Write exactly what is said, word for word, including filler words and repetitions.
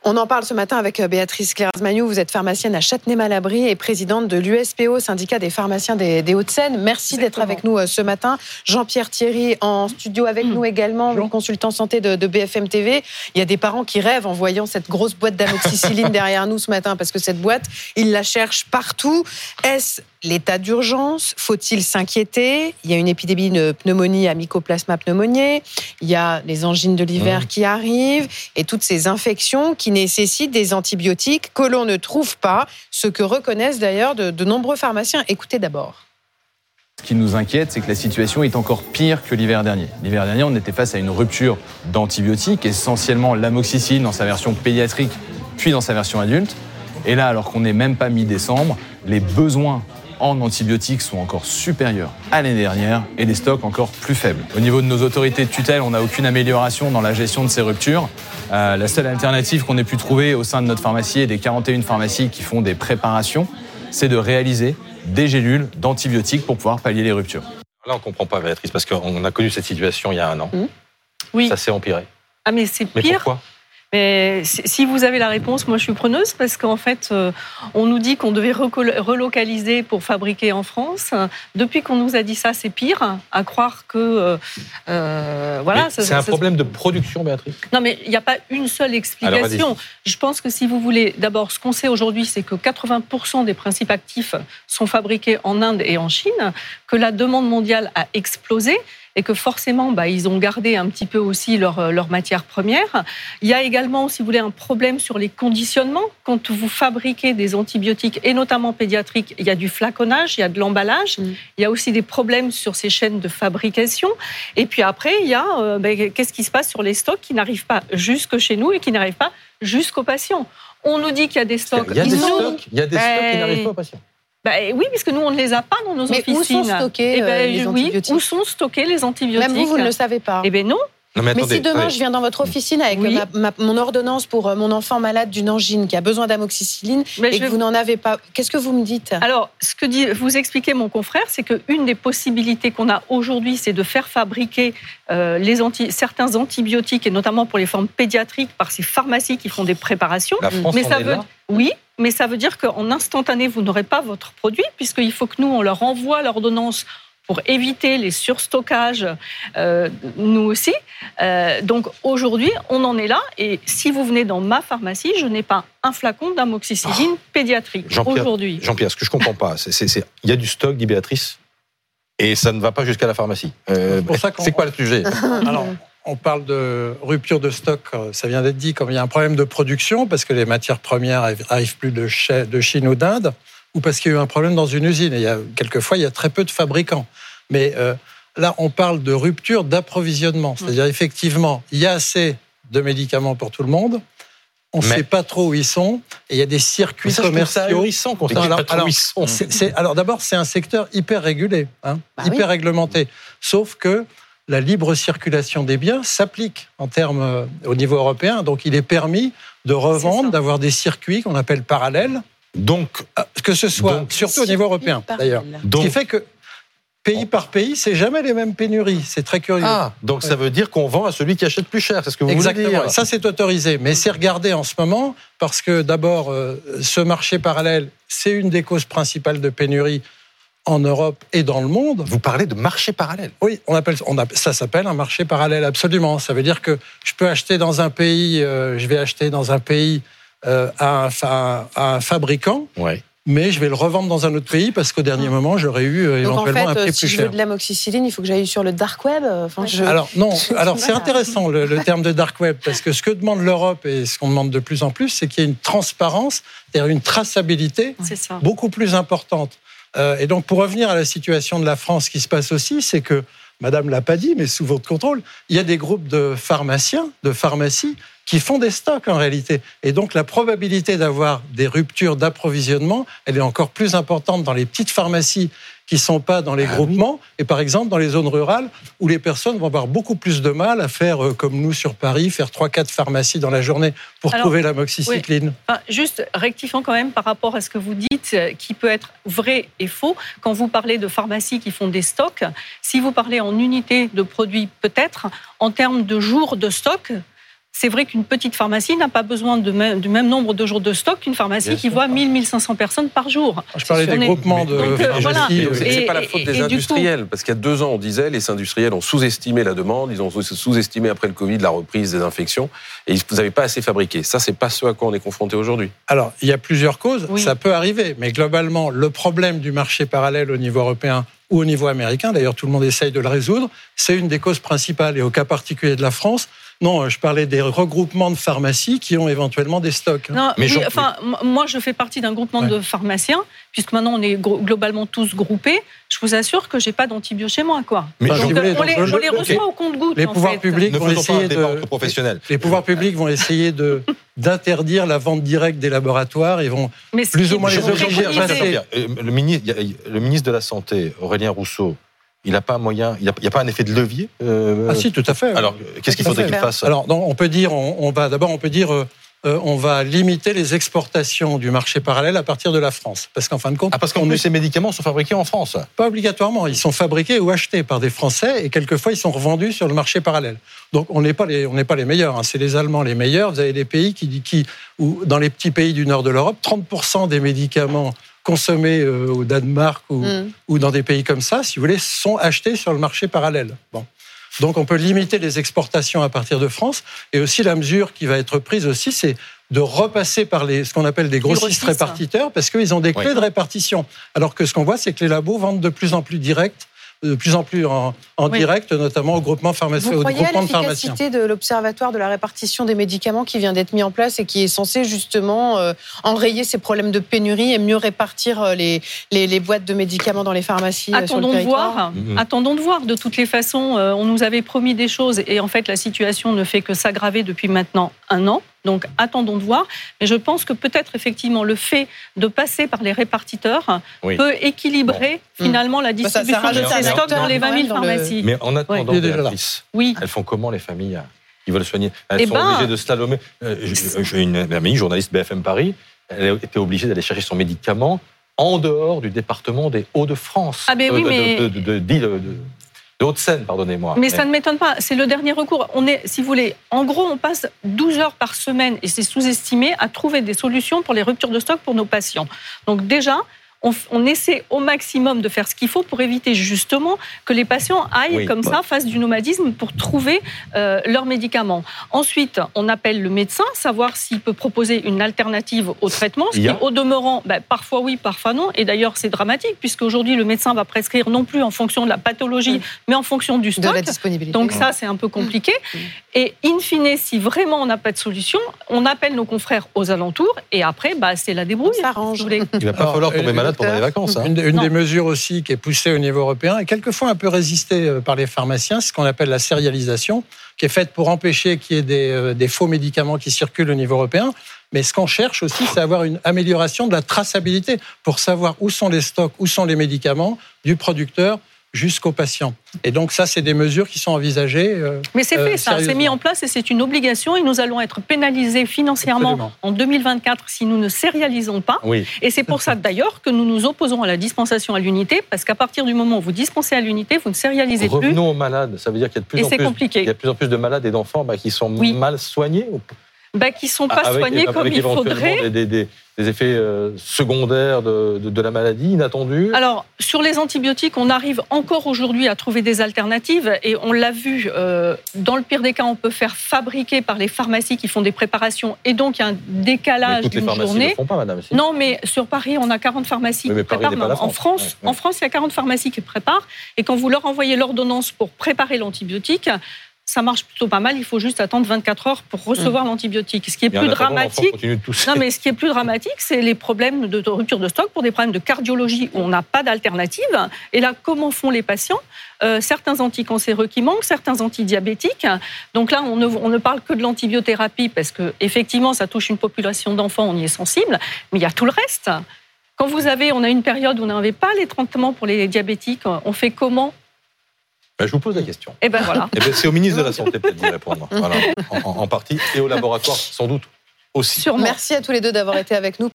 On en parle ce matin avec Béatrice Clairs-Magnoux. Vous êtes pharmacienne à Châtenay-Malabry et présidente de l'U S P O, syndicat des pharmaciens des, des Hauts-de-Seine. Merci Exactement. d'être avec nous ce matin. Jean-Pierre Thierry en studio avec mmh. nous également, Bonjour. consultant santé de, de B F M T V. Il y a des parents qui rêvent en voyant cette grosse boîte d'amoxicilline derrière nous ce matin, parce que cette boîte, ils la cherchent partout. Est-ce l'état d'urgence? Faut-il s'inquiéter? Il y a une épidémie de pneumonie à Mycoplasma pneumoniae. Il y a les angines de l'hiver mmh. qui arrivent et toutes ces infections qui nécessitent des antibiotiques que l'on ne trouve pas, ce que reconnaissent d'ailleurs de, de nombreux pharmaciens. Écoutez d'abord. Ce qui nous inquiète, c'est que la situation est encore pire que l'hiver dernier. L'hiver dernier, on était face à une rupture d'antibiotiques, essentiellement l'amoxicilline dans sa version pédiatrique, puis dans sa version adulte. Et là, alors qu'on n'est même pas mi-décembre, les besoins en antibiotiques sont encore supérieurs à l'année dernière et les stocks encore plus faibles. Au niveau de nos autorités de tutelle, on n'a aucune amélioration dans la gestion de ces ruptures. Euh, la seule alternative qu'on ait pu trouver au sein de notre pharmacie et des quarante et une pharmacies qui font des préparations, c'est de réaliser des gélules d'antibiotiques pour pouvoir pallier les ruptures. Là, on ne comprend pas, Béatrice, parce qu'on a connu cette situation il y a un an. Mmh. Oui. Ça s'est empiré. Ah, mais c'est pire. Mais pourquoi ? Mais si vous avez la réponse, moi je suis preneuse, parce qu'en fait, euh, on nous dit qu'on devait relocaliser pour fabriquer en France. Depuis qu'on nous a dit ça, c'est pire. À croire que euh, voilà. Ça, c'est ça, un ça, problème de production, Béatrice. Non, mais il n'y a pas une seule explication. Alors, je pense que si vous voulez, d'abord, ce qu'on sait aujourd'hui, c'est que quatre-vingts pour cent des principes actifs sont fabriqués en Inde et en Chine, que la demande mondiale a explosé. Et que forcément, bah, ils ont gardé un petit peu aussi leur, leur matière première. Il y a également, si vous voulez, un problème sur les conditionnements. Quand vous fabriquez des antibiotiques, et notamment pédiatriques, il y a du flaconnage, il y a de l'emballage. Mmh. Il y a aussi des problèmes sur ces chaînes de fabrication. Et puis après, il y a euh, bah, qu'est-ce qui se passe sur les stocks qui n'arrivent pas jusque chez nous et qui n'arrivent pas jusqu'aux patients. On nous dit qu'il y a des stocks. Il y a des stocks, il y a des stocks qui n'arrivent pas aux patients. Bah, oui, puisque nous, on ne les a pas dans nos Mais officines. Où sont stockés eh ben, les oui, antibiotiques ? Où sont stockés les antibiotiques ? Même vous, vous ne le savez pas. Eh bien non. Non, mais, mais attendez, si demain, allez. je viens dans votre officine avec oui. ma, ma, mon ordonnance pour mon enfant malade d'une angine qui a besoin d'amoxicilline mais et que vous n'en avez pas, qu'est-ce que vous me dites ? Alors, ce que dit, vous expliquez mon confrère, c'est qu'une des possibilités qu'on a aujourd'hui, c'est de faire fabriquer euh, les anti, certains antibiotiques, et notamment pour les formes pédiatriques, par ces pharmacies qui font des préparations. La France mais en ça est veut, là. Oui, mais ça veut dire qu'en instantané, vous n'aurez pas votre produit, puisqu'il faut que nous, on leur envoie l'ordonnance pour éviter les surstockages, euh, nous aussi. Euh, donc aujourd'hui, on en est là. Et si vous venez dans ma pharmacie, je n'ai pas un flacon d'amoxicilline oh. pédiatrique Jean-Pierre, aujourd'hui. Jean-Pierre, ce que je ne comprends pas, c'est, c'est, c'est, il y a du stock, dit Béatrice, et ça ne va pas jusqu'à la pharmacie. Euh, c'est, pour ça c'est quoi le sujet ? Alors, on parle de rupture de stock, ça vient d'être dit, comme il y a un problème de production, parce que les matières premières n'arrivent plus de Chine ou d'Inde, ou parce qu'il y a eu un problème dans une usine. Et il y a, quelquefois, il y a très peu de fabricants. Mais euh, là, on parle de rupture d'approvisionnement. C'est-à-dire, effectivement, il y a assez de médicaments pour tout le monde. On ne sait pas trop où ils sont. Et il y a des circuits ça, commerciaux. Ils sont, non, alors, alors, c'est, c'est, alors, d'abord, c'est un secteur hyper régulé, hein, bah hyper oui. réglementé. Sauf que la libre circulation des biens s'applique en termes euh, au niveau européen. Donc, il est permis de revendre, d'avoir des circuits qu'on appelle parallèles. Donc, que ce soit, donc, surtout au niveau européen, d'ailleurs. Donc, ce qui fait que, pays par pays, c'est jamais les mêmes pénuries. C'est très curieux. Ah, donc ouais. ça veut dire qu'on vend à celui qui achète plus cher, c'est ce que vous Exactement. voulez dire. Ça, c'est autorisé. Mais c'est regardé en ce moment, parce que d'abord, euh, ce marché parallèle, c'est une des causes principales de pénurie en Europe et dans le monde. Vous parlez de marché parallèle ? Oui, on appelle, on appelle, ça s'appelle un marché parallèle, absolument. Ça veut dire que je peux acheter dans un pays, euh, je vais acheter dans un pays euh, à, un, à, à un fabricant, ouais. mais je vais le revendre dans un autre pays parce qu'au dernier moment, j'aurais eu euh, éventuellement en fait, un prix si plus cher. Si je veux de l'amoxicilline, il faut que j'aille sur le dark web. Enfin, je... Alors non, alors c'est intéressant le, le terme de dark web, parce que ce que demande l'Europe et ce qu'on demande de plus en plus, c'est qu'il y ait une transparence, c'est-à-dire une traçabilité beaucoup plus importante. Euh, et donc, pour revenir à la situation de la France, ce qui se passe aussi, c'est que, Madame l'a pas dit, mais sous votre contrôle, il y a des groupes de pharmaciens, de pharmacies, qui font des stocks en réalité. Et donc, la probabilité d'avoir des ruptures d'approvisionnement, elle est encore plus importante dans les petites pharmacies qui ne sont pas dans les ah, groupements, oui. et par exemple dans les zones rurales, où les personnes vont avoir beaucoup plus de mal à faire, euh, comme nous sur Paris, faire trois quatre pharmacies dans la journée pour Alors, trouver l'amoxicilline. Oui. Enfin, juste rectifiant quand même par rapport à ce que vous dites, qui peut être vrai et faux, quand vous parlez de pharmacies qui font des stocks, si vous parlez en unités de produits peut-être, en termes de jours de stock, c'est vrai qu'une petite pharmacie n'a pas besoin de même, du même nombre de jours de stock qu'une pharmacie Bien qui sûr. voit mille à mille cinq cents personnes par jour. Je parlais des groupements de Donc, euh, voilà. C'est, c'est pas la faute des et, et industriels, coup... parce qu'il y a deux ans, on disait les industriels ont sous-estimé la demande, ils ont sous-estimé après le Covid la reprise des infections, et vous n'avez pas assez fabriqué. Ça, c'est pas ce à quoi on est confronté aujourd'hui. Alors, il y a plusieurs causes, oui. ça peut arriver, mais globalement, le problème du marché parallèle au niveau européen ou au niveau américain, d'ailleurs tout le monde essaye de le résoudre, c'est une des causes principales. Et au cas particulier de la France, non, je parlais des regroupements de pharmacies qui ont éventuellement des stocks. Non, mais oui, je... enfin, moi, je fais partie d'un groupement ouais. de pharmaciens, puisque maintenant on est globalement tous groupés. Je vous assure que j'ai pas d'antibio chez moi, quoi. Mais donc, voulais, on, les, on les reçoit okay. au compte-gouttes. Les pouvoirs en fait. publics ne vont essayer de. Professionnels. Les pouvoirs publics vont essayer de d'interdire la vente directe des laboratoires. Ils vont mais plus ou moins les obliger à passer. Le ministre, le ministre de la Santé, Aurélien Rousseau. Il n'a pas un moyen, il n'y a, a pas un effet de levier euh... Ah si, tout à fait. Alors, qu'est-ce qu'il faudrait qu'il fasse ? Alors, donc, on peut dire, on, on va d'abord, on peut dire, euh, on va limiter les exportations du marché parallèle à partir de la France, parce qu'en fin de compte, ah, parce qu'en plus, est... ces médicaments sont fabriqués en France. Pas obligatoirement, ils sont fabriqués ou achetés par des Français, et quelquefois ils sont revendus sur le marché parallèle. Donc, on n'est pas les, on n'est pas les meilleurs. Hein. C'est les Allemands les meilleurs. Vous avez des pays qui, qui, où, dans les petits pays du nord de l'Europe, trente pour cent des médicaments consommés euh, au Danemark ou, mm. ou dans des pays comme ça, si vous voulez, sont achetés sur le marché parallèle. Bon. Donc on peut limiter les exportations à partir de France, et aussi la mesure qui va être prise aussi, c'est de repasser par les, ce qu'on appelle des grossistes, grossistes répartiteurs, parce qu'ils ont des clés oui. de répartition. Alors que ce qu'on voit, c'est que les labos vendent de plus en plus direct, de plus en plus en, en oui. direct, notamment au groupement pharmaceutique. Vous croyez à l'efficacité de l'Observatoire de la répartition des médicaments qui vient d'être mis en place et qui est censé justement euh, enrayer ces problèmes de pénurie et mieux répartir les, les, les boîtes de médicaments dans les pharmacies Attendons sur le territoire. de voir. Mmh. Attendons de voir. De toutes les façons, euh, on nous avait promis des choses et en fait, la situation ne fait que s'aggraver depuis maintenant un an. Donc, attendons de voir. Mais je pense que peut-être, effectivement, le fait de passer par les répartiteurs oui. peut équilibrer bon. finalement mmh. la distribution bah, ça, ça de ces stocks dans les vingt mille pharmacies. Mais en attendant, oui. Béatrice, oui. elles font comment les familles qui veulent soigner ? Elles eh sont ben, obligées de slalomer. J'ai une amie, journaliste B F M Paris, elle était obligée d'aller chercher son médicament en dehors du département des Hauts-de-France. Ah ben oui, de, mais... de, de, de, de, de, de, de de Haute-Seine, pardonnez-moi. Mais, mais ça ne m'étonne pas, c'est le dernier recours. On est, si vous voulez, en gros, on passe douze heures par semaine, et c'est sous-estimé, à trouver des solutions pour les ruptures de stock pour nos patients. Donc déjà, on, on essaie au maximum de faire ce qu'il faut pour éviter justement que les patients aillent oui, comme ouais. ça, fassent du nomadisme pour trouver euh, leurs médicaments. Ensuite, on appelle le médecin, savoir s'il peut proposer une alternative au traitement, ce qui, au demeurant, ben, parfois oui, parfois non. Et d'ailleurs, c'est dramatique, puisqu'aujourd'hui, le médecin va prescrire non plus en fonction de la pathologie, oui. mais en fonction du stock. De la disponibilité. Donc ça, c'est un peu compliqué. Et in fine, si vraiment on n'a pas de solution, on appelle nos confrères aux alentours, et après, bah, c'est la débrouille. Ça arrange. Il ne va pas Alors, falloir tomber malade pendant les vacances. Hein. Une, une des mesures aussi qui est poussée au niveau européen, et quelquefois un peu résistée par les pharmaciens, c'est ce qu'on appelle la sérialisation, qui est faite pour empêcher qu'il y ait des, euh, des faux médicaments qui circulent au niveau européen. Mais ce qu'on cherche aussi, c'est avoir une amélioration de la traçabilité pour savoir où sont les stocks, où sont les médicaments du producteur jusqu'aux patients. Et donc ça, c'est des mesures qui sont envisagées. Euh, Mais c'est fait, euh, ça, c'est mis en place et c'est une obligation. Et nous allons être pénalisés financièrement Absolument. en deux mille vingt-quatre si nous ne sérialisons pas. Oui. Et c'est pour ça d'ailleurs que nous nous opposons à la dispensation à l'unité, parce qu'à partir du moment où vous dispensez à l'unité, vous ne sérialisez Revenons plus. Revenons aux malades. Ça veut dire qu'il y a de plus et en c'est plus, compliqué. Il y a de plus en plus de malades et d'enfants bah, qui sont oui. mal soignés. Bah, qui ne sont pas avec, soignés avec comme il faudrait. Des, des, des effets euh, secondaires de, de, de la maladie inattendus. Alors, sur les antibiotiques, on arrive encore aujourd'hui à trouver des alternatives et on l'a vu, euh, dans le pire des cas, on peut faire fabriquer par les pharmacies qui font des préparations et donc il y a un décalage d'une journée. Toutes les pharmacies ne font pas, madame. Si. Non, mais sur Paris, on a quarante pharmacies oui, qui préparent. Non, en France, ouais, ouais. en France, il y a quarante pharmacies qui préparent et quand vous leur envoyez l'ordonnance pour préparer l'antibiotique, ça marche plutôt pas mal, il faut juste attendre vingt-quatre heures pour recevoir mmh. l'antibiotique. Ce qui est mais plus dramatique, non mais ce qui est plus dramatique, c'est les problèmes de rupture de stock pour des problèmes de cardiologie où on n'a pas d'alternative. Et là, comment font les patients ? euh, Certains anticancéreux qui manquent, certains antidiabétiques. Donc là, on ne, on ne parle que de l'antibiothérapie parce que effectivement, ça touche une population d'enfants, on y est sensible, mais il y a tout le reste. Quand vous avez, on a une période où on n'avait pas les traitements pour les diabétiques, on fait comment ? Ben, je vous pose la question. Et ben voilà. Et ben, c'est au ministre de la Santé peut-être d'y répondre, voilà, en, en partie, et au laboratoire sans doute aussi. Sûrement. Merci à tous les deux d'avoir été avec nous.